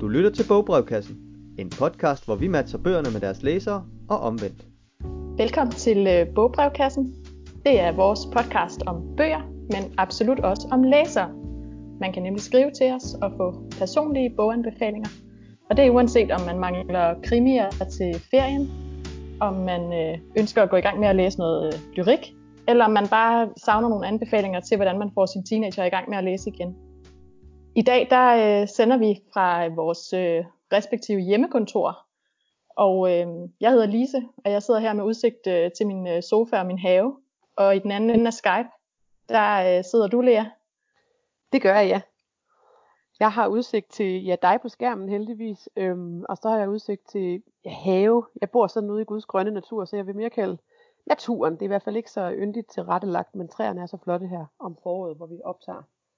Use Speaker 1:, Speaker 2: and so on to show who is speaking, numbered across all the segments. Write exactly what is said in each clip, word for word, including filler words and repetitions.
Speaker 1: Du lytter til Bogbrevkassen, en podcast, hvor vi matcher bøgerne med deres læsere og omvendt.
Speaker 2: Velkommen til øh, Bogbrevkassen. Det er vores podcast om bøger, men absolut også om læsere. Man kan nemlig skrive til os og få personlige boganbefalinger. Og det er uanset om man mangler krimier til ferien, om man øh, ønsker at gå i gang med at læse noget øh, lyrik, eller om man bare savner nogle anbefalinger til, hvordan man får sine teenager i gang med at læse igen. I dag der øh, sender vi fra vores øh, respektive hjemmekontor, og øh, jeg hedder Lise, og jeg sidder her med udsigt øh, til min øh, sofa og min have, og i den anden ende af Skype, der øh, sidder du, Lea.
Speaker 3: Det gør jeg, ja. Jeg har udsigt til ja, dig på skærmen heldigvis, øhm, og så har jeg udsigt til ja, have. Jeg bor sådan ude i Guds grønne natur, så jeg vil mere kalde naturen. Det er i hvert fald ikke så yndigt tilrettelagt, men træerne er så flotte her om foråret, hvor vi optager.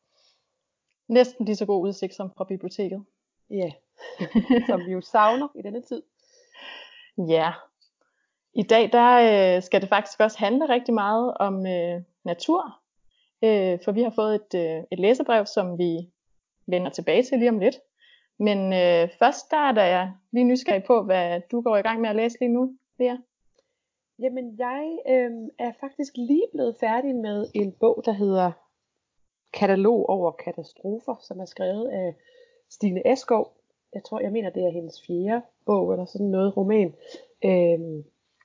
Speaker 2: Næsten lige så god udsigt som fra biblioteket.
Speaker 3: Ja, som vi jo savner i denne tid.
Speaker 2: Ja, i dag der øh, skal det faktisk også handle rigtig meget om øh, natur. Øh, for vi har fået et, øh, et læserbrev, som vi vender tilbage til lige om lidt. Men øh, først der er jeg lige nysgerrig på, hvad du går i gang med at læse lige nu, Lea.
Speaker 3: Jamen, jeg øh, er faktisk lige blevet færdig med en bog, der hedder Katalog over katastrofer, som er skrevet af Stine Eskov. Jeg tror, jeg mener, det er hendes fjerde bog, eller sådan noget roman. Øhm,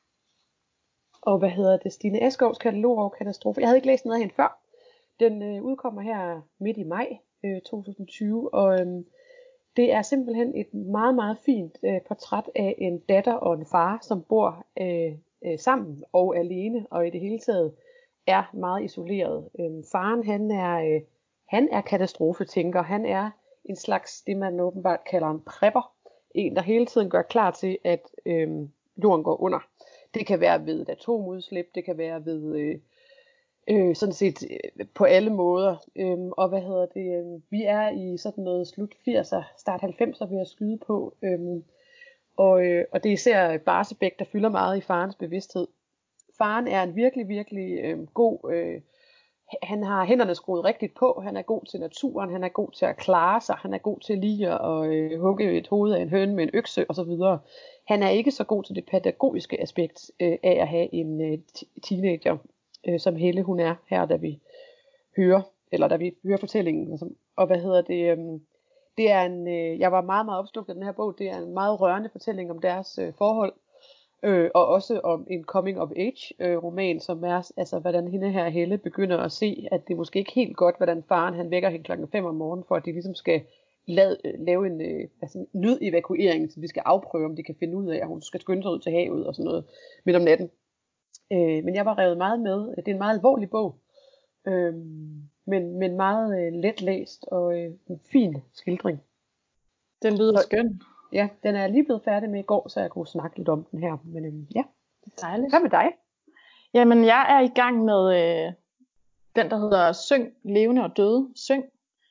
Speaker 3: og hvad hedder det? Stine Eskovs Katalog over katastrofer. Jeg havde ikke læst noget af hende før. Den øh, udkommer her midt i maj øh, to tusind og tyve, og øh, det er simpelthen et meget, meget fint øh, portræt af en datter og en far, som bor øh, øh, sammen og alene, og i det hele taget er meget isoleret. Øh, faren, han er, øh, han er katastrofetænker. Han er en slags, det man åbenbart kalder en prepper. En, der hele tiden gør klar til, at øh, jorden går under. Det kan være ved et atomudslip, det kan være ved øh, øh, sådan set øh, på alle måder. Øh, og hvad hedder det? Øh, vi er i sådan noget slut firser, start halvfemser ved at skyde på. Øh, og, øh, og det er især Barsebæk, der fylder meget i farens bevidsthed. Faren er en virkelig, virkelig øh, god... Øh, Han har hænderne skruet rigtigt på, han er god til naturen, han er god til at klare sig, han er god til lige at øh, hugge et hoved af en høne med en økse osv. Han er ikke så god til det pædagogiske aspekt øh, af at have en øh, teenager, øh, som Helle hun er her, da vi hører, eller da vi hører fortællingen. Altså, og hvad hedder det, øh, det er en, øh, jeg var meget, meget opslugt af den her bog, det er en meget rørende fortælling om deres øh, forhold. Øh, og også om en coming of age øh, roman, som er, altså hvordan hende her Helle begynder at se, at det måske ikke helt godt, hvordan faren han vækker hende klokken fem om morgenen, for at de ligesom skal lave, lave en øh, altså, nødevakuering, så de skal afprøve, om de kan finde ud af, at hun skal skynde sig ud til havet og sådan noget midt om natten. Øh, men jeg var revet meget med. Det er en meget alvorlig bog, øh, men, men meget øh, let læst og øh, en fin skildring.
Speaker 2: Den lyder
Speaker 3: så,
Speaker 2: skøn.
Speaker 3: Ja, den er jeg lige blevet færdig med i går, så jeg kunne snakke lidt om den her. Men øhm, ja,
Speaker 2: dejligt.
Speaker 3: Hvad med dig?
Speaker 2: Jamen, jeg er i gang med øh, den, der hedder Syng, levende og døde. Syng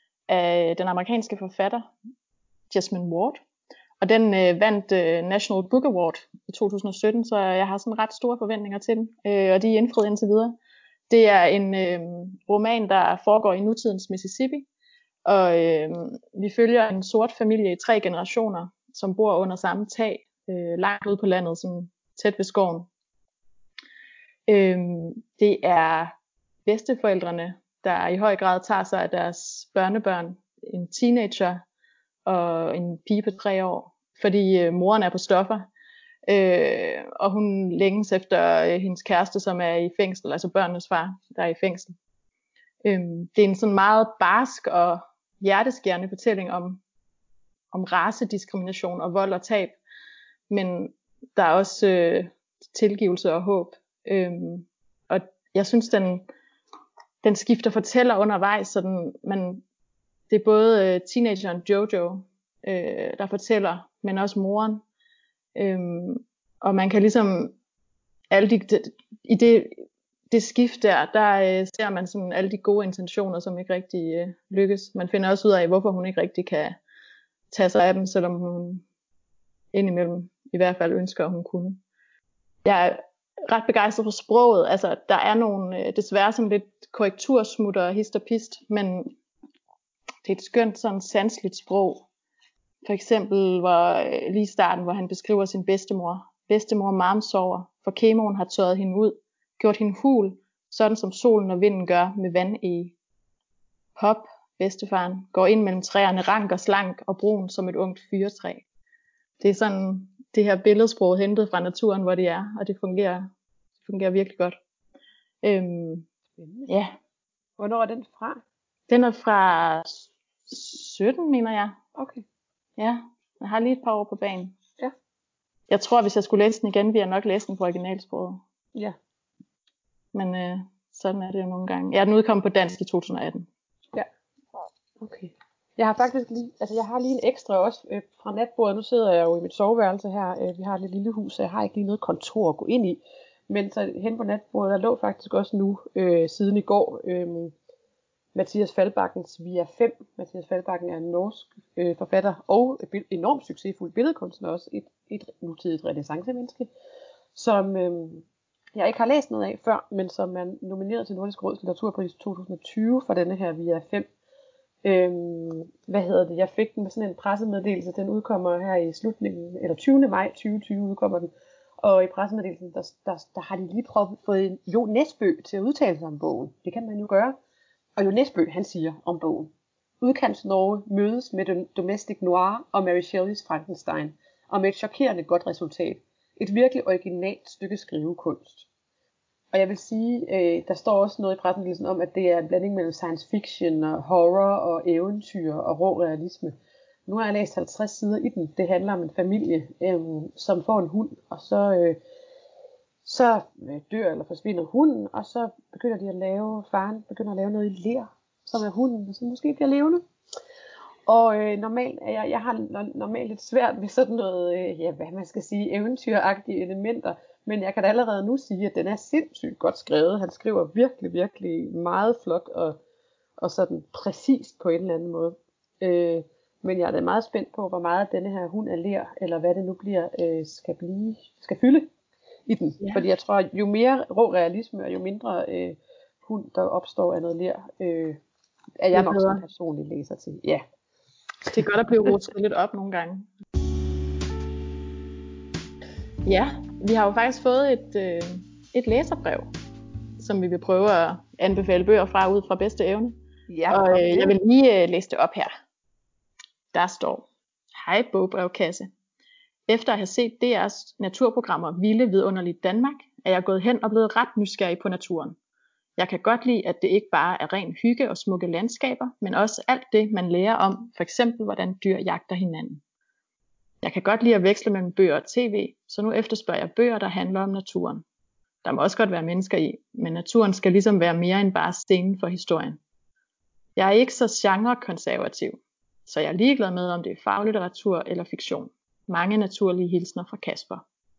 Speaker 2: af den amerikanske forfatter Jesmyn Ward. Og den øh, vandt øh, National Book Award i to tusind og sytten, så jeg har sådan ret store forventninger til den. Øh, og de er indfriet indtil videre. Det er en øh, roman, der foregår i nutidens Mississippi. Og øh, vi følger en sort familie i tre generationer, som bor under samme tag, øh, langt ude på landet, som tæt ved skoven. Øhm, det er bedsteforældrene, der i høj grad tager sig af deres børnebørn, en teenager og en pige på tre år, fordi øh, moren er på stoffer, øh, og hun længes efter øh, hendes kæreste, som er i fængsel, altså børnenes far, der er i fængsel. Øhm, det er en sådan meget barsk og hjerteskærende fortælling om om racediskrimination og vold og tab, men der er også øh, tilgivelse og håb. Øhm, og jeg synes den den skifter fortæller undervejs, så den, man, det er både øh, teenageren Jojo, øh, der fortæller, men også moren. Øhm, og man kan ligesom alle de, de, i det det skift der, der øh, ser man sådan alle de gode intentioner, som ikke rigtig øh, lykkes. Man finder også ud af, hvorfor hun ikke rigtig kan tage sig af dem, selvom hun indimellem i hvert fald ønsker, at hun kunne. Jeg er ret begejstret for sproget. Altså, der er nogle, øh, desværre sådan lidt korrektursmutter og hist og pist, men det er et skønt sådan sanseligt sprog. For eksempel hvor, øh, lige i starten, hvor han beskriver sin bedstemor. Bedstemor Marm sover, for kemoen har tørret hende ud, gjort hende hul, sådan som solen og vinden gør med vandege. Pop, bedstefaren, går ind mellem træerne, rank og slank og brun som et ungt fyretræ. Det er sådan det her billedsprog hentet fra naturen, hvor de er, og det fungerer, det fungerer virkelig godt. Øhm, ja.
Speaker 3: Hvornår er den fra?
Speaker 2: Den er fra sytten, mener jeg.
Speaker 3: Okay.
Speaker 2: Ja, jeg har lige et par år på banen.
Speaker 3: Ja.
Speaker 2: Jeg tror, hvis jeg skulle læse den igen, ville jeg nok læse den på originalsproget.
Speaker 3: Ja.
Speaker 2: Men øh, sådan er det jo nogle gange. Ja, den udkom på dansk i to tusind og atten.
Speaker 3: Ja. Okay. Jeg har faktisk lige, altså jeg har lige en ekstra også øh, fra natbordet. Nu sidder jeg jo i mit soveværelse her. Øh, vi har et lille hus, så jeg har ikke lige noget kontor at gå ind i. Men så hen på natbordet, der lå faktisk også nu, øh, siden i går, øh, Mathias Faldbakkens Via fem. Mathias Faldbakken er en norsk øh, forfatter og et enormt succesfuld billedkunstner, også et, et nutidigt renæssancemenneske, som øh, jeg ikke har læst noget af før, men som er nomineret til Nordisk Råds Litteraturpris to tusind og tyve for denne her Via fem. Øhm, hvad hedder det? Jeg fik den med sådan en pressemeddelelse. Den udkommer her i slutningen, eller tyvende maj tyve tyve udkommer den. Og i pressemeddelelsen, der, der, der har de lige prøvet, fået Jo Nesbø til at udtale sig om bogen. Det kan man jo gøre. Og Jo Nesbø, han siger om bogen: Udkants Norge mødes med den Domestic Noir og Mary Shelleys Frankenstein, og med et chokerende godt resultat. Et virkelig originalt stykke skrivekunst. Og jeg vil sige, øh, der står også noget i pressemeddelelsen om, at det er en blanding mellem science fiction og horror og eventyr og rå realisme. Nu har jeg læst halvtreds sider i den. Det handler om en familie, øh, som får en hund, og så, øh, så dør eller forsvinder hunden, og så begynder de at lave, faren begynder at lave noget i ler, som er hunden, som måske bliver levende. Og øh, normalt er jeg, jeg har normalt lidt svært ved sådan noget, øh, ja, hvad man skal sige, eventyragtige elementer. Men jeg kan da allerede nu sige, at den er sindssygt godt skrevet. Han skriver virkelig, virkelig meget flot og, og sådan præcist på en eller anden måde. Øh, men jeg er da meget spændt på, hvor meget denne her hund af ler, eller hvad det nu bliver, øh, skal blive, skal fylde i den. Ja. Fordi jeg tror, jo mere rå realisme, og jo mindre øh, hund, der opstår af noget ler, øh, er jeg nok som personlig læser til. Ja.
Speaker 2: Det er godt at blive rusket lidt op nogle gange. Ja, vi har jo faktisk fået et, øh, et læserbrev, som vi vil prøve at anbefale bøger fra ud fra bedste evne.
Speaker 3: Ja,
Speaker 2: og øh, jeg vil lige øh, læse det op her. Der står: Hej bogbrevkasse. Efter at have set D R's naturprogrammer Vilde Vidunderligt Danmark, er jeg gået hen og blevet ret nysgerrig på naturen. Jeg kan godt lide, at det ikke bare er ren hygge og smukke landskaber, men også alt det, man lærer om, for eksempel hvordan dyr jagter hinanden. Jeg kan godt lide at veksle mellem bøger og tv, så nu efterspørger jeg bøger, der handler om naturen. Der må også godt være mennesker i, men naturen skal ligesom være mere end bare scenen for historien. Jeg er ikke så genrekonservativ, så jeg er ligeglad med, om det er faglitteratur eller fiktion. Mange naturlige hilsner fra Kasper.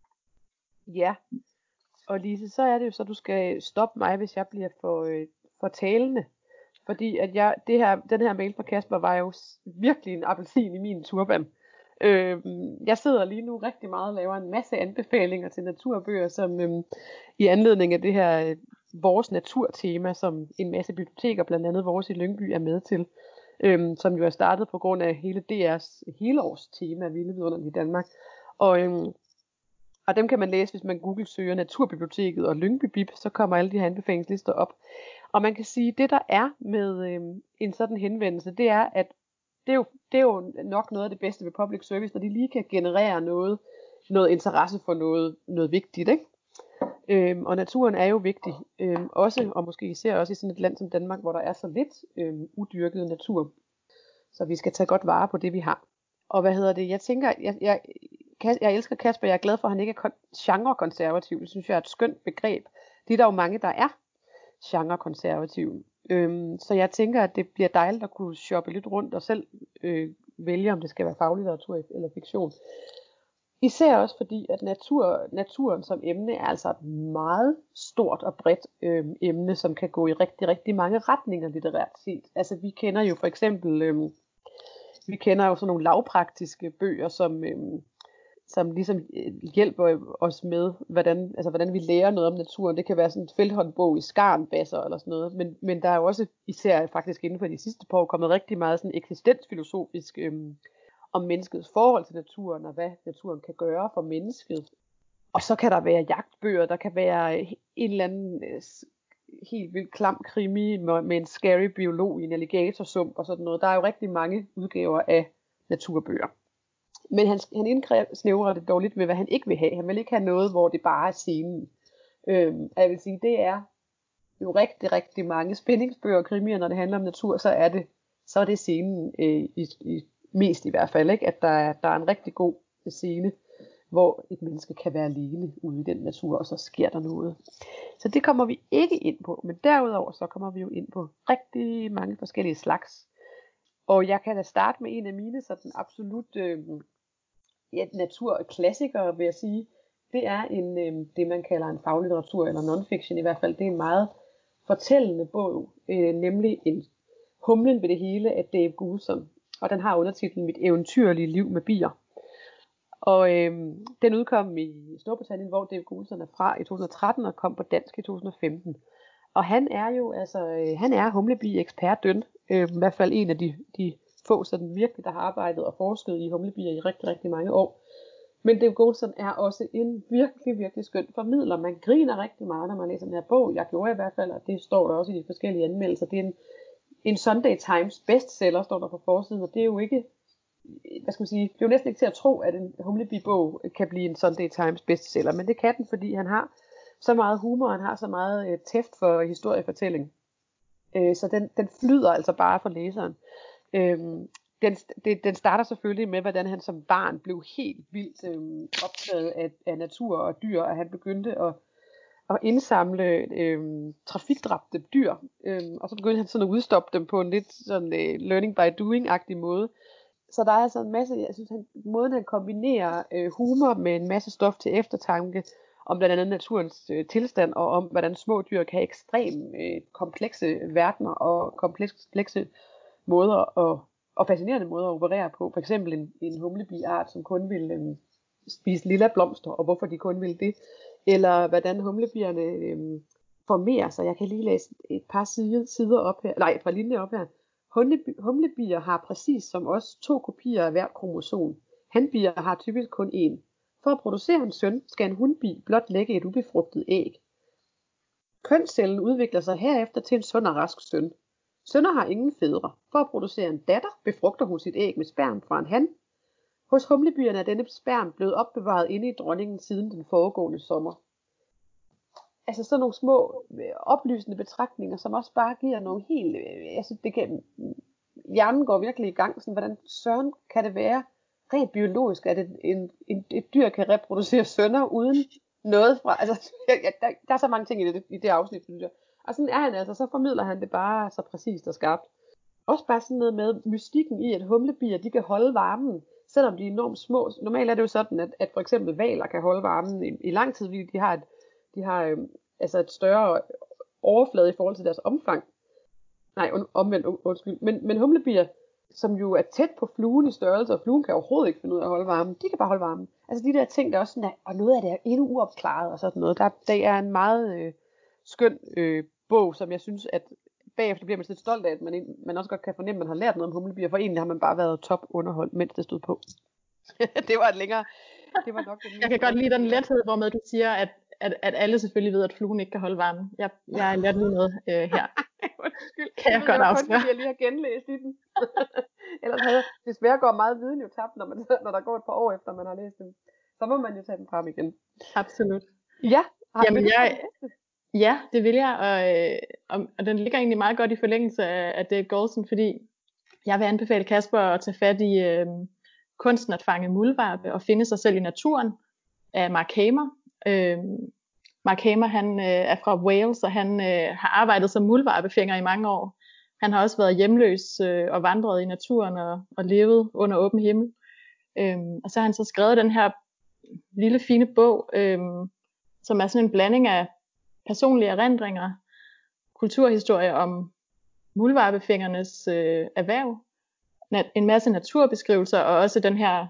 Speaker 3: Ja, og Lise, så er det jo så, du skal stoppe mig, hvis jeg bliver for, øh, for talende. Fordi at jeg, det her, den her mail fra Kasper var jo virkelig en appelsin i min turban. Øh, jeg sidder lige nu rigtig meget og laver en masse anbefalinger til naturbøger, som øh, i anledning af det her øh, vores naturtema, som en masse biblioteker, blandt andet vores i Lyngby, er med til. Øh, som jo er startet på grund af hele D R's helårstema, Vilde Vidunderligt i Danmark. Og, øh, og dem kan man læse, hvis man Google søger Naturbiblioteket og Lyngby Bib, så kommer alle de her anbefalingslister op. Og man kan sige, det der er med øh, en sådan henvendelse, det er, at det er, jo, det er jo nok noget af det bedste ved public service, når de lige kan generere noget, noget interesse for noget, noget vigtigt, ikke? Øhm, og naturen er jo vigtig, øhm, også, og måske især også i sådan et land som Danmark, hvor der er så lidt øhm, udyrket natur. Så vi skal tage godt vare på det, vi har. Og hvad hedder det? Jeg tænker, jeg, jeg, jeg elsker Kasper, jeg er glad for, at han ikke er genrekonservativ. Det synes jeg er et skønt begreb. Det er der jo mange, der er genrekonservative. Øhm, så jeg tænker, at det bliver dejligt at kunne shoppe lidt rundt og selv øh, vælge, om det skal være faglitteratur eller fiktion. Især også fordi, at natur, naturen som emne er altså et meget stort og bredt øh, emne, som kan gå i rigtig, rigtig mange retninger litterært set. Altså vi kender jo for eksempel, øh, vi kender jo sådan nogle lavpraktiske bøger, som, øh, som ligesom hjælper os med, hvordan, altså, hvordan vi lærer noget om naturen. Det kan være sådan en felthåndbog i skarnbasser eller sådan noget, men, men der er jo også især faktisk inden for de sidste par år kommet rigtig meget sådan eksistensfilosofisk øh, om menneskets forhold til naturen, og hvad naturen kan gøre for mennesket. Og så kan der være jagtbøger, der kan være en eller anden helt vildt klam krimi med en scary biolog i en alligatorsump og sådan noget. Der er jo rigtig mange udgaver af naturbøger. Men han, han indsnævrer det dog lidt ved, hvad han ikke vil have. Han vil ikke have noget, hvor det bare er scenen. Øhm, jeg vil sige, det er jo rigtig, rigtig mange spændingsbøger og krimier, når det handler om natur, så er det, så er det scenen øh, i, i, mest i hvert fald, ikke? At der er, der er en rigtig god scene, hvor et menneske kan være alene ude i den natur, og så sker der noget. Så det kommer vi ikke ind på, men derudover så kommer vi jo ind på rigtig mange forskellige slags. Og jeg kan da starte med en af mine sådan absolut øh, ja, naturklassikere, vil jeg sige. Det er en, øh, det man kalder en faglitteratur, eller non-fiction i hvert fald. Det er en meget fortællende bog, øh, nemlig en Humlen ved det hele af Dave Goulson. Og den har undertitlen Mit eventyrlige liv med bier. Og øhm, den udkom i Storbritannien, hvor Dave Goulson er fra i to tusind og tretten og kom på dansk i to tusind og femten. Og han er jo altså, øh, han er humlebi-ekspertøn, øh, i hvert fald en af de, de få sådan virkelig, der har arbejdet og forsket i humlebier i rigtig, rigtig mange år. Men Dave Goulson er også en virkelig, virkelig skøn formidler. Man griner rigtig meget, når man læser den her bog. Jeg gjorde i hvert fald, og det står der også i de forskellige anmeldelser. Det er en, en Sunday Times bestseller, står der på forsiden, og det er jo ikke, hvad skal man sige, det er jo næsten ikke til at tro, at en humlebi-bog kan blive en Sunday Times bestseller, men det kan den, fordi han har så meget humor, han har så meget øh, tæft for historiefortælling. Øh, så den, den flyder altså bare for læseren. Øh, den, det, den starter selvfølgelig med, hvordan han som barn blev helt vildt øh, optaget af, af natur og dyr, og han begyndte at, at indsamle øh, trafikdræbte dyr, øh, og så begyndte han sådan at udstoppe dem på en lidt sådan øh, learning by doing-agtig måde. Så der er altså en masse, jeg synes, han, måden han kombinerer øh, humor med en masse stof til eftertanke, om blandt andet naturens øh, tilstand, og om hvordan små dyr kan have ekstremt øh, komplekse verdener, og komplekse måder, og, og fascinerende måder at operere på. For eksempel en, en humlebiart, som kun vil øh, spise lilla blomster, og hvorfor de kun vil det. Eller hvordan humlebierne øh, formerer sig. Jeg kan lige læse et par sider, sider op her, nej, fra linjer op her. Humlebier har præcis som os to kopier af hvert kromosom. Hanbier har typisk kun én. For at producere en søn skal en hunbi blot lægge et ubefrugtet æg. Kønscellen udvikler sig herefter til en sund og rask søn. Sønner har ingen fædre. For at producere en datter befrugter hun sit æg med sperm fra en han. Hos humlebierne er denne sperm blevet opbevaret inde i dronningen siden den foregående sommer. Altså sådan nogle små oplysende betragtninger, som også bare giver nogle helt, jeg synes, det kan, hjernen går virkelig i gang, sådan, hvordan søren kan det være, rent biologisk, at et, en, en, et dyr kan reproducere sønner uden noget fra, altså ja, der, der er så mange ting i det, i det afsnit, synes jeg. Og sådan er han altså, så formidler han det bare så præcist og skarpt. Også bare sådan noget med mystikken i, at humlebier, de kan holde varmen, selvom de er enormt små. Normalt er det jo sådan, at, at for eksempel hvaler kan holde varmen i, i lang tid, fordi de har et, de har øh, altså et større overflade i forhold til deres omfang. Nej, omvendt, undskyld. Men, men humlebier, som jo er tæt på fluen i størrelse, og fluen kan overhovedet ikke finde ud af at holde varmen, de kan bare holde varmen. Altså de der ting, der også sådan er, og noget af det er endnu uopklaret og sådan noget. Der, der er en meget øh, skøn øh, bog, som jeg synes, at bagefter bliver man lidt stolt af, at man, man også godt kan fornemme, at man har lært noget om humlebier, for egentlig har man bare været top underholdt, mens det stod på. Det var et længere, det var nok det.
Speaker 2: Jeg kan godt lide den lethed, hvormed du siger, at At, at alle selvfølgelig ved, at fluen ikke kan holde varmen. Jeg, jeg har lært lige noget øh, her.
Speaker 3: Undskyld.
Speaker 2: Kan jeg, jeg godt afsløre.
Speaker 3: Jeg lige har genlæst i den. Ellers havde desværre går meget viden jo tabt, når, man, når der går et par år efter, man har læst den. Så må man jo tage den frem igen.
Speaker 2: Absolut.
Speaker 3: Ja, har
Speaker 2: Jamen,
Speaker 3: du
Speaker 2: jeg, ja, det vil jeg. Og, og, og den ligger egentlig meget godt i forlængelse af, af Dave Goulson, fordi jeg vil anbefale Kasper at tage fat i øh, Kunsten at fange muldvarpe og finde sig selv i naturen af Mark Hamer. Øh, Mark Hamer, han øh, er fra Wales, og han øh, har arbejdet som muldvarpefinger i mange år. Han har også været hjemløs øh, og vandret i naturen og, og levet under åben himmel. Øhm, og så har han så skrevet den her lille fine bog, øhm, som er sådan en blanding af personlige erindringer, kulturhistorie om muldvarpefingernes øh, erhverv, nat- en masse naturbeskrivelser og også den her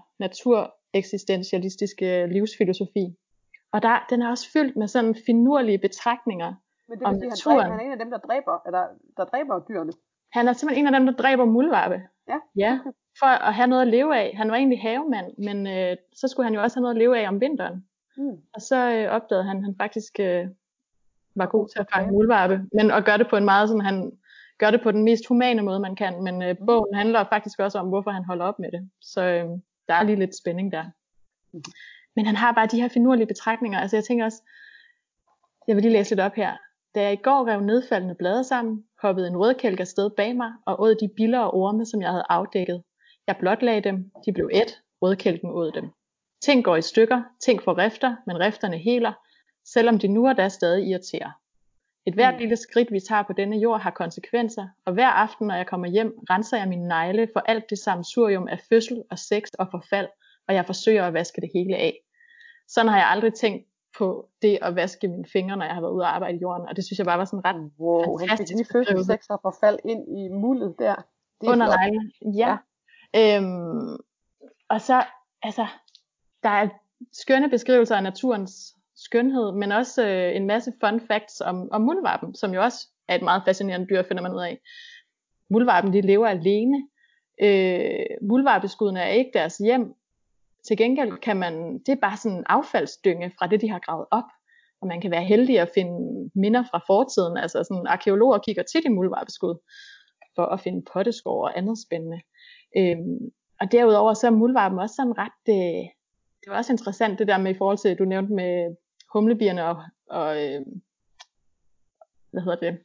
Speaker 2: natureksistentialistiske livsfilosofi. Og der, den er også fyldt med sådan finurlige betragtninger.
Speaker 3: Men det vil
Speaker 2: om
Speaker 3: sige,
Speaker 2: naturen.
Speaker 3: Han, han er en af dem, der dræber, eller, der dræber dyrene.
Speaker 2: Han er simpelthen en af dem, der dræber muldvarpe.
Speaker 3: Ja.
Speaker 2: Ja, for at have noget at leve af. Han var egentlig havemand, men øh, så skulle han jo også have noget at leve af om vinteren. Mm. Og så øh, opdagede han, at han faktisk øh, var god til at fange muldvarpe, men at gøre det på en meget sådan, han gør det på den mest humane måde, man kan. Men øh, bogen handler faktisk også om, hvorfor han holder op med det. Så øh, der er lige lidt spænding der. Mm. Men han har bare de her finurlige betragtninger. Altså jeg tænker også, jeg vil lige læse lidt op her. Da jeg i går rev nedfaldende blade sammen, hoppede en rødkælk afsted bag mig og åd de biller og orme, som jeg havde afdækket. Jeg blotlagde dem, de blev et, rødkælken åd dem. Ting går i stykker, ting får rifter, men rifterne heler, selvom de nu og da stadig irriterer. Et hvert lille skridt, vi tager på denne jord, har konsekvenser, og hver aften, når jeg kommer hjem, renser jeg mine negle for alt det sammensurium af fødsel og sex og forfald, og jeg forsøger at vaske det hele af. Sådan har jeg aldrig tænkt på det at vaske mine fingre, når jeg har været ude og arbejde i jorden, og det synes jeg bare var sådan ret
Speaker 3: wow, han fik lige fødsel, sex og forfald ind i muldet der.
Speaker 2: Under negle, ja. ja. Øhm, og så, altså, der er skønne beskrivelser af naturens skønhed, men også øh, en masse fun facts om, om muldvarpen, som jo også er et meget fascinerende dyr, finder man ud af. Muldvarpen, de lever alene. Øh, muldvarpeskuddene er ikke deres hjem. Til gengæld kan man, det er bare sådan en affaldsdynge fra det, de har gravet op. Og man kan være heldig at finde minder fra fortiden. Altså sådan arkæologer kigger tit i muldvarpeskud for at finde potteskår og andet spændende. Øhm, og derudover så er muldvarpen også sådan ret, øh, det var også interessant det der med i forhold til, du nævnte med humlebierne og, og øh, hvad hedder det,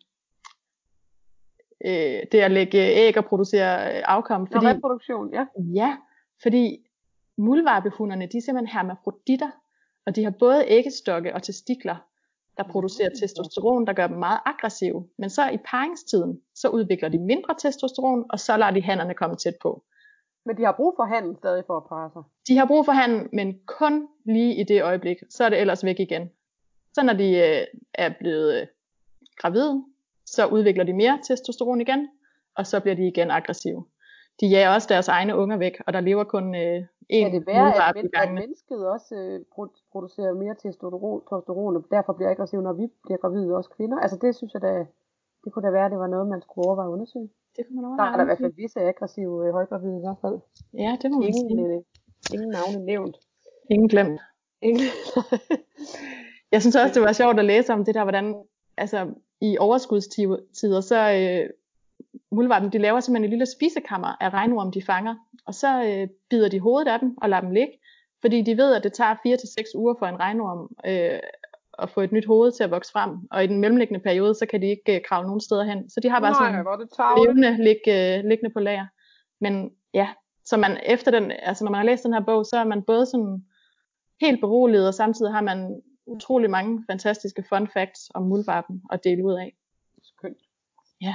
Speaker 2: øh, det at lægge æg og producere afkom.
Speaker 3: Fordi, reproduktion, ja.
Speaker 2: Ja, fordi muldvarpehunderne, de er simpelthen hermafroditter, og de har både æggestokke og testikler, der producerer mm-hmm. testosteron, der gør dem meget aggressive. Men så i parringstiden, så udvikler de mindre testosteron, og så lader de hannerne komme tæt på.
Speaker 3: Men de har brug for hannen stadig for at parre sig?
Speaker 2: De har brug for hannen, men kun lige i det øjeblik. Så er det ellers væk igen. Så når de øh, er blevet øh, gravide, så udvikler de mere testosteron igen, og så bliver de igen aggressive. De jager også deres egne unger væk, og der lever kun øh, én
Speaker 3: kan det være, at, men, at mennesket også øh, producerer mere testosteron, testosteron, og derfor bliver aggressiv, når vi bliver gravide, også kvinder? Altså det synes jeg da, det kunne da være, at det var noget, man skulle overveje at undersøge.
Speaker 2: Det kunne man overveje.
Speaker 3: Der er der i hvert fald visse aggressive øh, højgravide i hvert fald.
Speaker 2: Ja, det må man
Speaker 3: ingen,
Speaker 2: sige.
Speaker 3: Øh, ingen navne nævnt.
Speaker 2: Ingen glemt.
Speaker 3: Ingen.
Speaker 2: Jeg synes også, det var sjovt at læse om det der, hvordan altså, i overskudstider, så øh, muldvarpen, de laver simpelthen et lille spisekammer af regnorm, de fanger, og så øh, bider de hovedet af dem og lader dem ligge, fordi de ved, at det tager fire til seks uger for en regnorm øh, at få et nyt hoved til at vokse frem, og i den mellemliggende periode, så kan de ikke øh, kravle nogen steder hen, så de har bare
Speaker 3: Nej,
Speaker 2: sådan levende lig, øh, liggende på lager. Men ja, så man efter den, altså når man har læst den her bog, så er man både sådan helt beroliget, og samtidig har man utrolig mange fantastiske fun facts om muldvarpen at dele ud af.
Speaker 3: Skønt.
Speaker 2: Ja.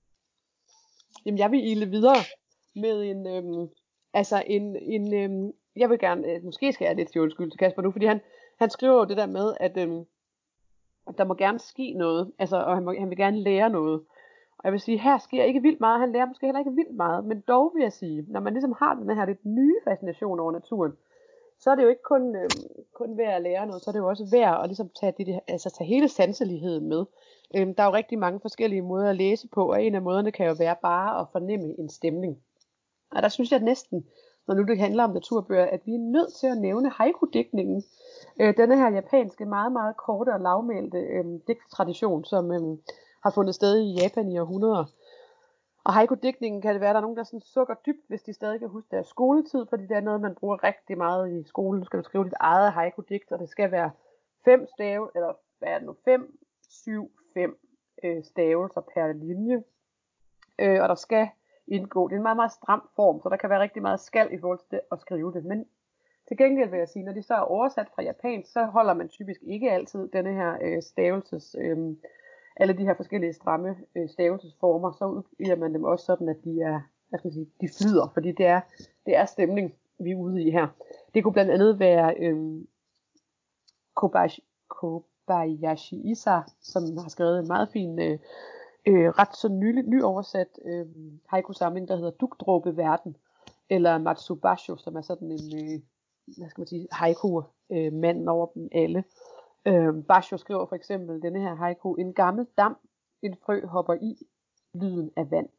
Speaker 3: Jamen jeg vil ile videre med en, øhm, altså en, en øhm, jeg vil gerne, øh, måske skal jeg lidt til undskyld til Kasper nu, fordi han, han skriver jo det der med, at, øhm, at der må gerne ske noget, altså, og han, må, han vil gerne lære noget. Og jeg vil sige, her sker ikke vildt meget, han lærer måske heller ikke vildt meget, men dog vil jeg sige, når man ligesom har den her lidt nye fascination over naturen, så er det jo ikke kun, øh, kun værd at lære noget, så er det jo også værd at ligesom tage, det, altså tage hele sanseligheden med. Øhm, der er jo rigtig mange forskellige måder at læse på, og en af måderne kan jo være bare at fornemme en stemning. Og der synes jeg næsten, når nu det handler om naturbøger, at vi er nødt til at nævne haiku-digtningen. Øh, denne her japanske, meget, meget korte og lavmælte øh, digttradition, som øh, har fundet sted i Japan i århundreder. Og haiku-digtningen kan det være, at der er nogen, der sådan sukker dybt, hvis de stadig kan huske deres skoletid, fordi det er noget, man bruger rigtig meget i skolen. Nu skal du skrive dit eget haiku-digt, og det skal være fem stave, eller hvad er det nu, fem, syv, fem øh, stavelser per linje. Øh, og der skal indgå, det er en meget, meget stram form, så der kan være rigtig meget skal i forhold til det at skrive det. Men til gengæld vil jeg sige, når de så er oversat fra japansk, så holder man typisk ikke altid denne her øh, stavelses... Øh, alle de her forskellige stramme øh, stavelsesformer, så udgiver man dem også sådan, at de er, hvad skal man sige, de flyder, fordi det er, det er stemning, vi er ude i her. Det kunne blandt andet være øh, Kobayashi, Kobayashi Isa, som har skrevet en meget fin, øh, øh, ret så nylig, nyoversat øh, haiku-samling, der hedder Dugdråbe Verden, eller Matsubasho, som er sådan en, øh, hvad skal man sige, haiku-mand over dem alle. Øh, Basho skriver for eksempel denne her haiku: en gammel dam, en frø hopper i, lyden af vand.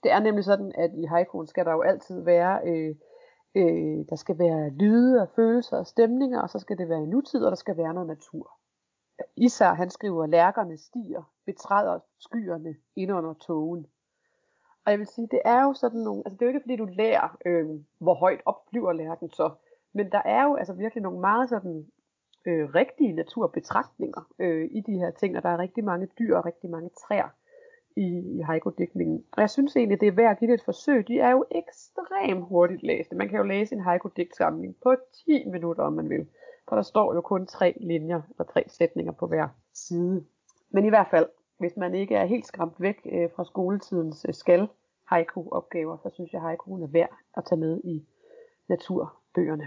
Speaker 3: Det er nemlig sådan, at i haikuen skal der jo altid være, øh, øh, der skal være lyde og følelser og stemninger, og så skal det være i nutid, og der skal være noget natur. Især han skriver, lærkerne stiger, betræder skyerne ind under tågen. Og jeg vil sige, det er jo sådan nogle, altså det er jo ikke fordi du lærer, øh, hvor højt op flyver lærken så, men der er jo altså virkelig nogle meget sådan øh, rigtige naturbetragtninger øh, i de her ting, og der er rigtig mange dyr og rigtig mange træer i, i haiku-digtningen. Og jeg synes egentlig, det er værd at give det et forsøg. De er jo ekstremt hurtigt læste. Man kan jo læse en haiku-digtsamling på ti minutter, om man vil. For der står jo kun tre linjer og tre sætninger på hver side. Men i hvert fald, hvis man ikke er helt skræmt væk øh, fra skoletidens øh, skal haiku-opgaver, så synes jeg, at haikuen er værd at tage med i naturbøgerne.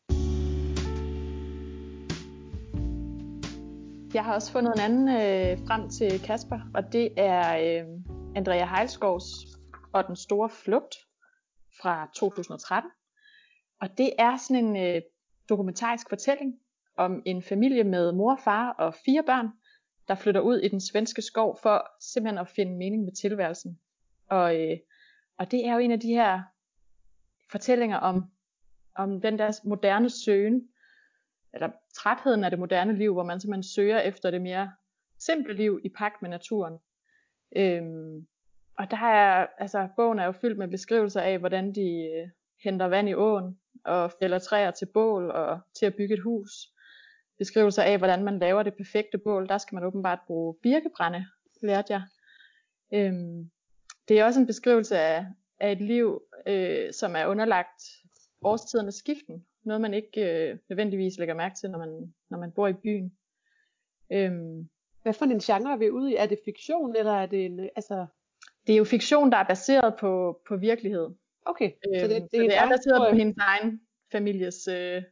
Speaker 2: Jeg har også fundet en anden øh, frem til Kasper, og det er øh, Andrea Heilskovs Og den store flugt fra to tusind og tretten. Og det er sådan en øh, dokumentarisk fortælling om en familie med mor, far og fire børn, der flytter ud i den svenske skov for simpelthen at finde mening med tilværelsen. Og, øh, og det er jo en af de her fortællinger om, om den der moderne søgen, eller trætheden af det moderne liv, hvor man simpelthen søger efter det mere simple liv i pagt med naturen. Øhm, og der er, altså bogen er jo fyldt med beskrivelser af, hvordan de øh, henter vand i åen, og fælder træer til bål, og til at bygge et hus. Beskrivelser af, hvordan man laver det perfekte bål, der skal man åbenbart bruge birkebrænde, lærte jeg. Øhm, det er også en beskrivelse af, af et liv, øh, som er underlagt årstidernes skiften. Noget man ikke øh, nødvendigvis lægger mærke til, når man, når man bor i byen. Øhm,
Speaker 3: Hvad for en genre er vi ude i? Er det fiktion, eller er det en, altså...
Speaker 2: Det er jo fiktion, der er baseret på, på virkelighed.
Speaker 3: Okay,
Speaker 2: øhm,
Speaker 3: så det, det,
Speaker 2: så
Speaker 3: er,
Speaker 2: det er baseret på hendes egen families øh,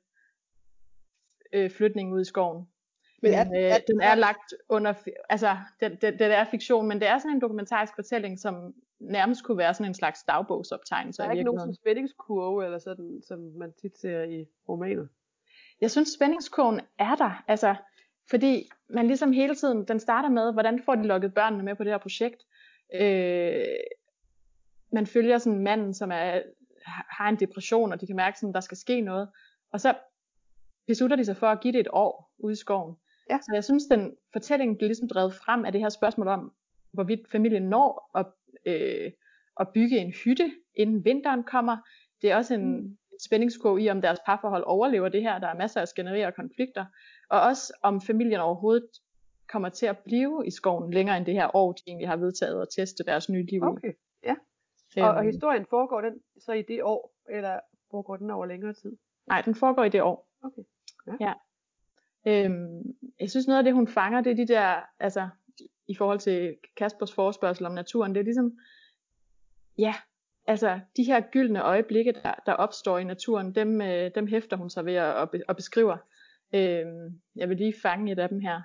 Speaker 2: øh, flytning ud i skoven. Men, men er, øh, er, den er lagt under, altså den, den, den er fiktion, men det er sådan en dokumentarisk fortælling, som nærmest kunne være sådan en slags dagbogsoptegnelse.
Speaker 3: Der er ikke nogen sådan spændingskurve, eller sådan, som man tit ser i romaner?
Speaker 2: Jeg synes spændingskurven er der, altså fordi man ligesom hele tiden, den starter med, hvordan får de lukket børnene med på det her projekt. Øh, man følger sådan en mand, som er, har en depression, og de kan mærke, at der skal ske noget. Og så beslutter de sig for at give det et år ude i skoven. Ja. Så jeg synes, den fortælling bliver ligesom drevet frem af det her spørgsmål om, hvorvidt familien når at, øh, at bygge en hytte, inden vinteren kommer. Det er også en mm. spændingskurve i, om deres parforhold overlever det her. Der er masser af skænderier og konflikter. Og også om familien overhovedet kommer til at blive i skoven længere end det her år, de egentlig har vedtaget at teste deres nye liv.
Speaker 3: Okay, ja. Og, øhm, og historien foregår den så i det år, eller foregår den over længere tid?
Speaker 2: Nej, den foregår i det år.
Speaker 3: Okay. Ja.
Speaker 2: Ja. Øhm, jeg synes noget af det hun fanger, det er de der, altså i forhold til Kaspers forespørgsel om naturen, det er ligesom, ja, altså de her gyldne øjeblikke, der, der opstår i naturen, dem, øh, dem hæfter hun sig ved at, at beskrive. Øhm, jeg vil lige fange et af dem her.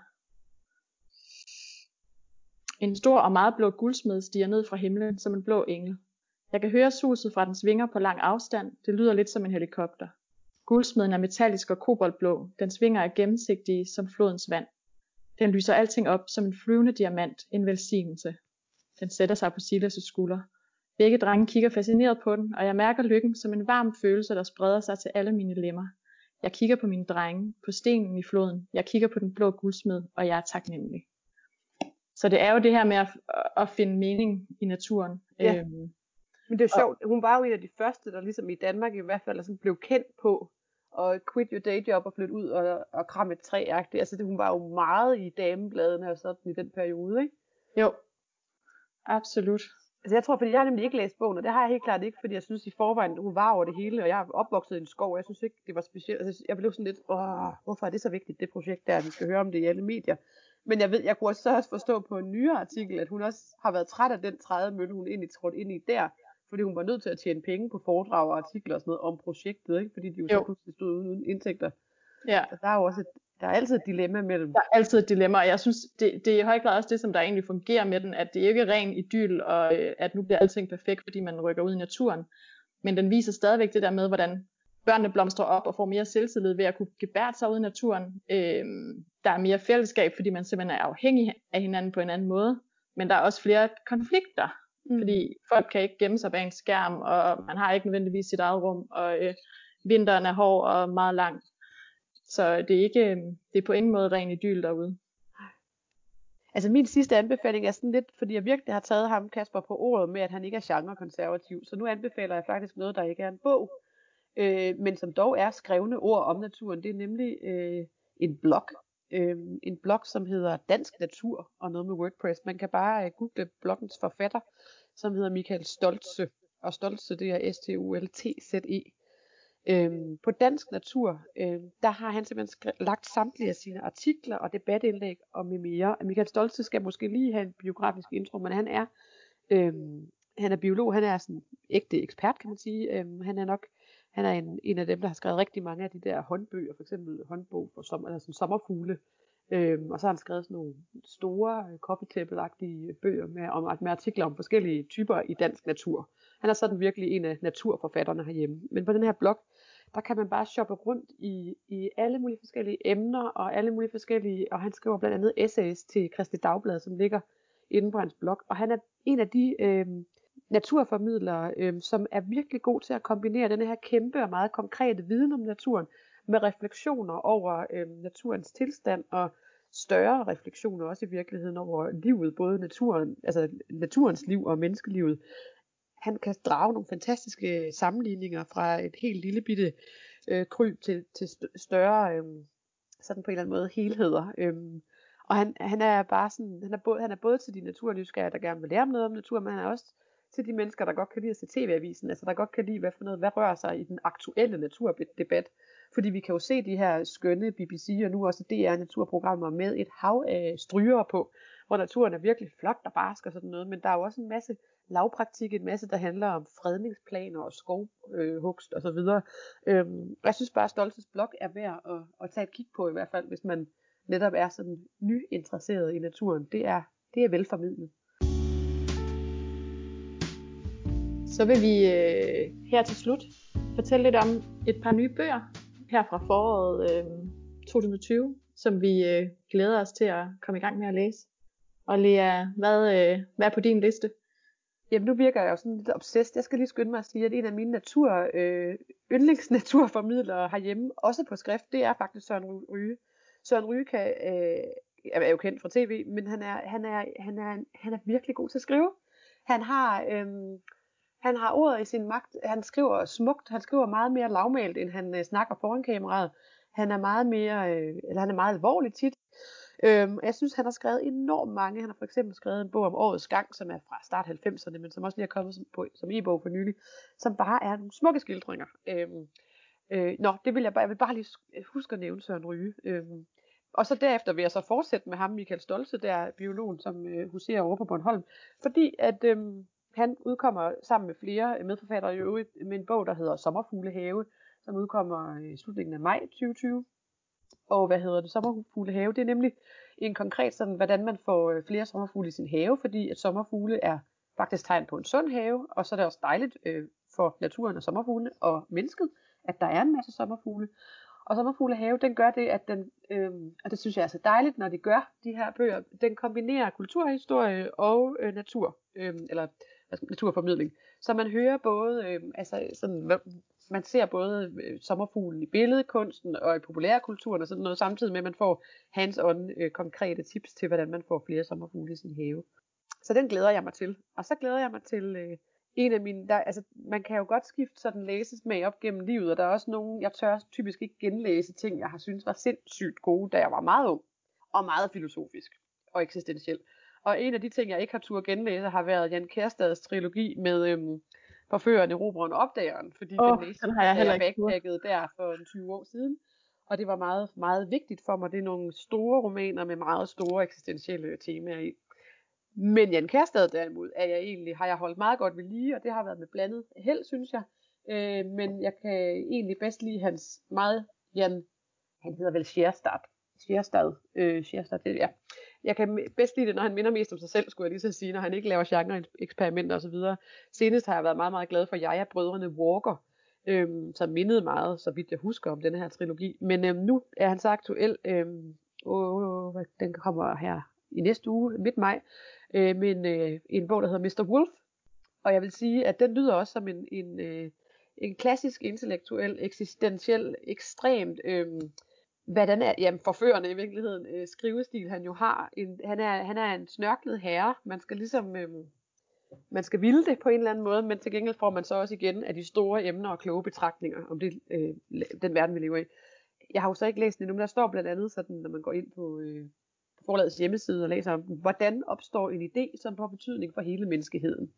Speaker 2: En stor og meget blå guldsmed stiger ned fra himlen som en blå engel. Jeg kan høre suset fra dens vinger på lang afstand, det lyder lidt som en helikopter. Guldsmeden er metallisk og koboldblå, dens vinger er gennemsigtige som flodens vand. Den lyser alting op som en flyvende diamant, en velsignelse. Den sætter sig på Silas' skulder. Begge drenge kigger fascineret på den, og jeg mærker lykken som en varm følelse, der spreder sig til alle mine lemmer. Jeg kigger på mine drenge, på stenen i floden, jeg kigger på den blå guldsmed, og jeg er taknemmelig. Så det er jo det her med at, at finde mening i naturen.
Speaker 3: Ja.
Speaker 2: Øhm,
Speaker 3: Men det er sjovt, hun var jo en af de første, der ligesom i Danmark i hvert fald sådan blev kendt på at quit your day job og flytte ud og, og kramme et træ-agtigt. Altså det, hun var jo meget i damebladene og sådan i den periode, ikke?
Speaker 2: Jo, absolut.
Speaker 3: Altså jeg tror, fordi jeg har nemlig ikke læst bogen, og det har jeg helt klart ikke, fordi jeg synes i forvejen, hun var over det hele, og jeg er opvokset i en skov, og jeg synes ikke, det var specielt. Altså jeg blev sådan lidt, åh, hvorfor er det så vigtigt, det projekt der, vi skal høre om det i alle medier. Men jeg ved, jeg kunne også, også forstå på en nyere artikel, at hun også har været træt af den trædemølle, hun egentlig trådte ind i der, fordi hun var nødt til at tjene penge på foredrag og artikler og sådan noget om projektet, ikke? Fordi de jo, jo. så pludselig stod uden indtægter.
Speaker 2: Ja.
Speaker 3: Så der er jo også et, der er altid et dilemma mellem.
Speaker 2: Der er altid et dilemma, og jeg synes, det, det er i høj grad også det, som der egentlig fungerer med den, at det ikke er ren idyl, og øh, at nu bliver alting perfekt, fordi man rykker ud i naturen. Men den viser stadigvæk det der med, hvordan børnene blomstrer op og får mere selvtillid ved at kunne gebære sig ud i naturen. Øh, der er mere fællesskab, fordi man simpelthen er afhængig af hinanden på en anden måde. Men der er også flere konflikter Mm. Fordi folk kan ikke gemme sig bag en skærm, og man har ikke nødvendigvis sit eget rum, og øh, vinteren er hård og meget lang. Så det er ikke, det er på ingen måde ren idyl derude.
Speaker 3: Altså min sidste anbefaling er sådan lidt, fordi jeg virkelig har taget ham, Kasper, på ordet med, at han ikke er genrekonservativ. Så nu anbefaler jeg faktisk noget, der ikke er en bog, øh, men som dog er skrevne ord om naturen. Det er nemlig øh, en blog. Øh, en blog, som hedder Dansk Natur og noget med WordPress. Man kan bare øh, google bloggens forfatter, som hedder Michael Stoltze. Og Stoltze, det er S T O L T Z E. Øhm, på Dansk Natur, øhm, der har han simpelthen skre- lagt samtlige af sine artikler og debatindlæg og med mere. Michael Stoltze skal måske lige have en biografisk intro, men han er, øhm, han er biolog, han er sådan ægte ekspert, kan man sige. Øhm, han er nok han er en, en af dem, der har skrevet rigtig mange af de der håndbøger, for eksempel håndbog for sommer, eller sådan sommerfugle. Øhm, og så har han skrevet sådan nogle store øh, copytable-agtige bøger med, om, med artikler om forskellige typer i dansk natur. Han er sådan virkelig en af naturforfatterne herhjemme. Men på den her blog, der kan man bare shoppe rundt i, i alle mulige forskellige emner, og alle mulige forskellige, og han skriver blandt andet essays til Kristeligt Dagblad, som ligger inde på hans blog. Og han er en af de øh, naturformidlere, øh, som er virkelig god til at kombinere den her kæmpe og meget konkrete viden om naturen, med refleksioner over øh, naturens tilstand, og større refleksioner også i virkeligheden over livet, både naturen, altså naturens liv og menneskelivet. Han kan drage nogle fantastiske sammenligninger fra et helt lille bitte øh, kryb til, til større, øh, sådan på en eller anden måde, helheder. Øhm, og han, han er bare sådan, han er, både, han er både til de naturnysgerrige, der gerne vil lære noget om natur, men han er også til de mennesker, der godt kan lide at se tv-avisen, altså der godt kan lide, hvad for noget, hvad rører sig i den aktuelle naturdebat. Fordi vi kan jo se de her skønne B B C og nu også D R naturprogrammer med et hav af strygere på, hvor naturen er virkelig flot og barsk og sådan noget, men der er jo også en masse lavpraktik, en masse, der handler om fredningsplaner og skovhugst øh, og så videre. Øhm, jeg synes bare, at Stoltzes blog er værd at, at tage et kig på, i hvert fald, hvis man netop er sådan nyinteresseret i naturen. Det er, det er velformidlet.
Speaker 2: Så vil vi øh, her til slut fortælle lidt om et par nye bøger her fra foråret øh, to tusind og tyve, som vi øh, glæder os til at komme i gang med at læse. Og Lea, hvad, øh, hvad er på din liste?
Speaker 3: Jamen nu virker jeg jo sådan lidt obsessed. Jeg skal lige skynde mig at sige, at en af mine natur, øh, yndlingsnaturformidlere herhjemme, også på skrift, det er faktisk Søren Ryge. Søren Ryge kan, øh, er jo kendt fra tv, men han er, han, er, han, er, han er virkelig god til at skrive. Han har, øh, han har ordet i sin magt. Han skriver smukt. Han skriver meget mere lavmælt, end han øh, snakker foran kameraet. Han er meget mere, øh, eller han er meget alvorlig tit. Øhm, jeg synes, han har skrevet enormt mange. Han har for eksempel skrevet en bog om årets gang, som er fra start halvfemserne, men som også lige er kommet som, på, som e-bog for nylig, som bare er nogle smukke skildringer. Øhm, øh, nå, det vil jeg bare, jeg vil bare lige huske at nævne Søren Ryge. Øhm, og så derefter vil jeg så fortsætte med ham, Michael Stoltze, der er biologen, som øh, huserer over på Bornholm, fordi at øhm, han udkommer sammen med flere medforfattere i øvrigt med en bog, der hedder Sommerfuglehave, som udkommer i slutningen af maj tyve tyve. Og hvad hedder det, sommerfuglehave, det er nemlig en konkret sådan, hvordan man får flere sommerfugle i sin have, fordi at sommerfugle er faktisk tegn på en sund have, og så er det også dejligt øh, for naturen og sommerfuglene og mennesket, at der er en masse sommerfugle. Og sommerfuglehave, den gør det, at den, øh, og det synes jeg er så dejligt, når de gør de her bøger, den kombinerer kulturhistorie og øh, natur, øh, eller altså, naturformidling. Så man hører både, øh, altså sådan, man ser både øh, sommerfuglen i billedkunsten og i populærkulturen og sådan noget, samtidig med at man får hands-on øh, konkrete tips til, hvordan man får flere sommerfugle i sin have. Så den glæder jeg mig til. Og så glæder jeg mig til øh, en af mine, der, altså man kan jo godt skifte sådan læsesmag op gennem livet, og der er også nogle, jeg tør typisk ikke genlæse ting, jeg har syntes var sindssygt gode, da jeg var meget ung, og meget filosofisk og eksistentiel. Og en af de ting, jeg ikke har tur genlæse, har været Jan Kjærstads trilogi med øhm, Forføreren, Erobreren og Opdageren, fordi
Speaker 2: oh,
Speaker 3: den læste
Speaker 2: den har jeg heller
Speaker 3: jeg
Speaker 2: ikke
Speaker 3: backpackede der for tyve år siden. Og det var meget, meget vigtigt for mig. Det er nogle store romaner med meget store eksistentielle temaer i. Men Jan Kjærstad derimod, er jeg egentlig, har jeg holdt meget godt ved lige, og det har været med blandet held, synes jeg. Øh, men jeg kan egentlig bedst lide hans meget, Jan, han hedder vel Kjærstad. Kjærstad, øh, Kjærstad, det, ja. Jeg kan bedst lide det, når han minder mest om sig selv, skulle jeg lige så sige, når han ikke laver genre-eksperimenter osv. Senest har jeg været meget, meget glad for Jaja Brødrene Walker, øhm, som mindede meget, så vidt jeg husker, om denne her trilogi. Men øhm, nu er han så aktuel, øhm, åh, den kommer her i næste uge, midt maj, øh, med en, øh, en bog, der hedder mister Wolf, Og jeg vil sige, at den lyder også som en, en, øh, en klassisk intellektuel, eksistentiel, ekstremt, øh, hvordan er, jamen forførende i virkeligheden, øh, skrivestil han jo har. En, han, er, han er en snørklet herre. Man skal ligesom, øh, man skal ville det på en eller anden måde, men til gengæld får man så også igen af de store emner og kloge betragtninger om det, øh, den verden, vi lever i. Jeg har jo så ikke læst det endnu, men der står blandt andet sådan, når man går ind på øh, forlagets hjemmeside og læser om den, hvordan opstår en idé, som får betydning for hele menneskeheden.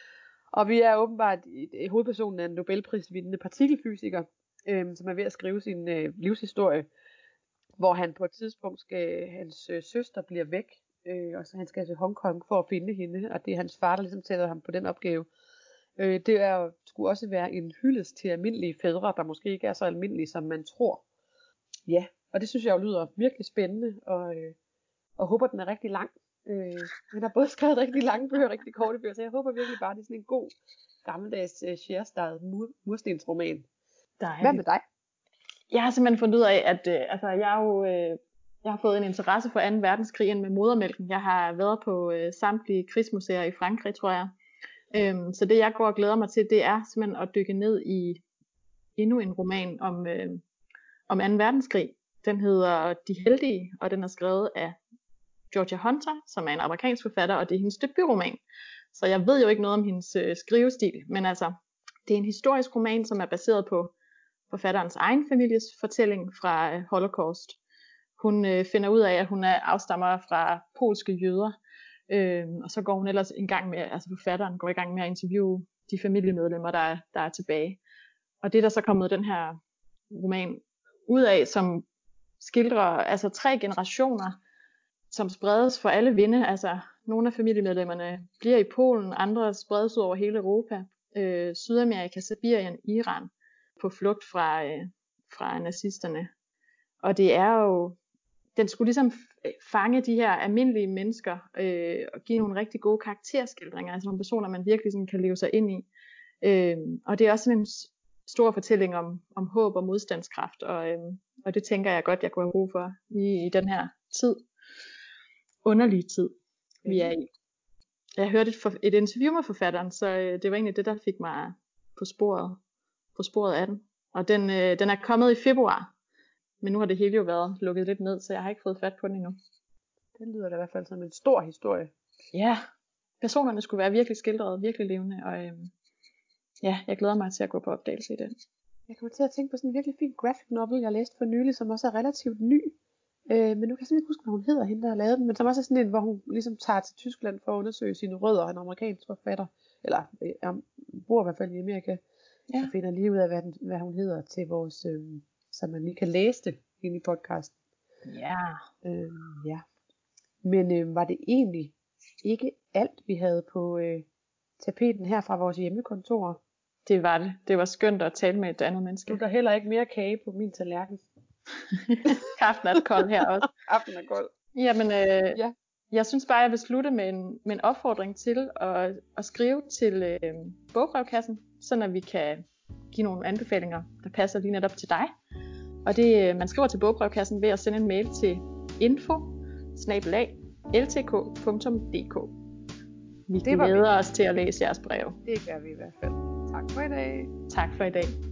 Speaker 3: Og vi er åbenbart i hovedpersonen af en Nobelprisvindende partikelfysiker, øh, som er ved at skrive sin øh, livshistorie, hvor han på et tidspunkt skal, hans øh, søster bliver væk, øh, og så han skal til Hongkong for at finde hende, og det er hans far, der ligesom sætter ham på den opgave. Øh, det er, skulle også være en hyldest til almindelige fædre, der måske ikke er så almindelige, som man tror. Ja, og det synes jeg jo lyder virkelig spændende, og, øh, og håber, den er rigtig lang. Øh, han har både skrevet rigtig lange bøger og rigtig korte bøger, så jeg håber virkelig bare, det er sådan en god, gammeldags uh, share-startet mur, murstensroman.
Speaker 2: Dejligt.
Speaker 3: Hvad med dig?
Speaker 2: Jeg har simpelthen fundet ud af, at øh, altså, jeg, er jo, øh, jeg har fået en interesse for anden verdenskrig ind med modermælken. Jeg har været på øh, samtlige krigsmuseer i Frankrig, tror jeg. Øhm, så det jeg går og glæder mig til, det er simpelthen at dykke ned i endnu en roman om, øh, om anden verdenskrig. Den hedder De Heldige, og den er skrevet af Georgia Hunter, som er en amerikansk forfatter, og det er hendes debutroman. Så jeg ved jo ikke noget om hendes øh, skrivestil, men altså, det er en historisk roman, som er baseret på forfatterens egen families fortælling fra øh, Holocaust. Hun øh, finder ud af, at hun er afstammer fra polske jøder, øh, og så går hun ellers en gang med, altså forfatteren går i gang med at interviewe de familiemedlemmer, der er, der er tilbage. Og det er der så kommet den her roman ud af, som skildrer altså tre generationer, som spredes for alle vinde. Altså nogle af familiemedlemmerne bliver i Polen, andre spredes ud over hele Europa, øh, Sydamerika, Sibirien, Iran, på flugt fra, øh, fra nazisterne. Og det er jo, den skulle ligesom fange de her almindelige mennesker, øh, og give nogle rigtig gode karakterskildringer, altså nogle personer, man virkelig sådan kan leve sig ind i. Øh, og det er også sådan en stor fortælling om, om håb og modstandskraft, og, øh, og det tænker jeg godt, jeg kunne have brug for i, i den her tid. Underlige tid, vi er i. Jeg hørte et, for, et interview med forfatteren, så øh, det var egentlig det, der fik mig på sporet, på sporet af den. Og den, øh, den er kommet i februar, men nu har det hele jo været lukket lidt ned, så jeg har ikke fået fat på den endnu.
Speaker 3: Den lyder da i hvert fald som en stor historie.
Speaker 2: Ja, personerne skulle være virkelig skildret, virkelig levende, og øh, ja, jeg glæder mig til at gå på opdagelse i den.
Speaker 3: Jeg kommer til at tænke på sådan en virkelig fin graphic novel, jeg læste for nylig, som også er relativt ny. Øh, men nu kan jeg simpelthen ikke huske, hvad hun hedder, hende der har lavet den, men som også er sådan en, hvor hun ligesom tager til Tyskland for at undersøge sine rødder, en amerikansk forfatter, eller øh, bor i hvert fald i Amerika, ja. Og finder lige ud af, hvad, den, hvad hun hedder til vores, øh, så man lige kan læse det inde i podcasten.
Speaker 2: Ja.
Speaker 3: Øh, ja. Men øh, var det egentlig ikke alt, vi havde på øh, tapeten her fra vores hjemmekontor?
Speaker 2: Det var det. Det var skønt at tale med et andet menneske.
Speaker 3: Nu er der heller ikke mere kage på min tallerken.
Speaker 2: Kaffen er kold her også.
Speaker 3: Kaffen er kold.
Speaker 2: Jamen, øh,
Speaker 3: ja.
Speaker 2: Jeg synes bare, jeg vil slutte med en, med en opfordring til at, at skrive til øh, bogbrevkassen, så at vi kan give nogle anbefalinger, der passer lige netop til dig. Og det, man skriver til bogbrevkassen ved at sende en mail til info bindestreg l t k punktum d k. Vi glæder os til at læse jeres breve.
Speaker 3: Det gør vi i hvert fald. Tak for i dag.
Speaker 2: Tak for i dag.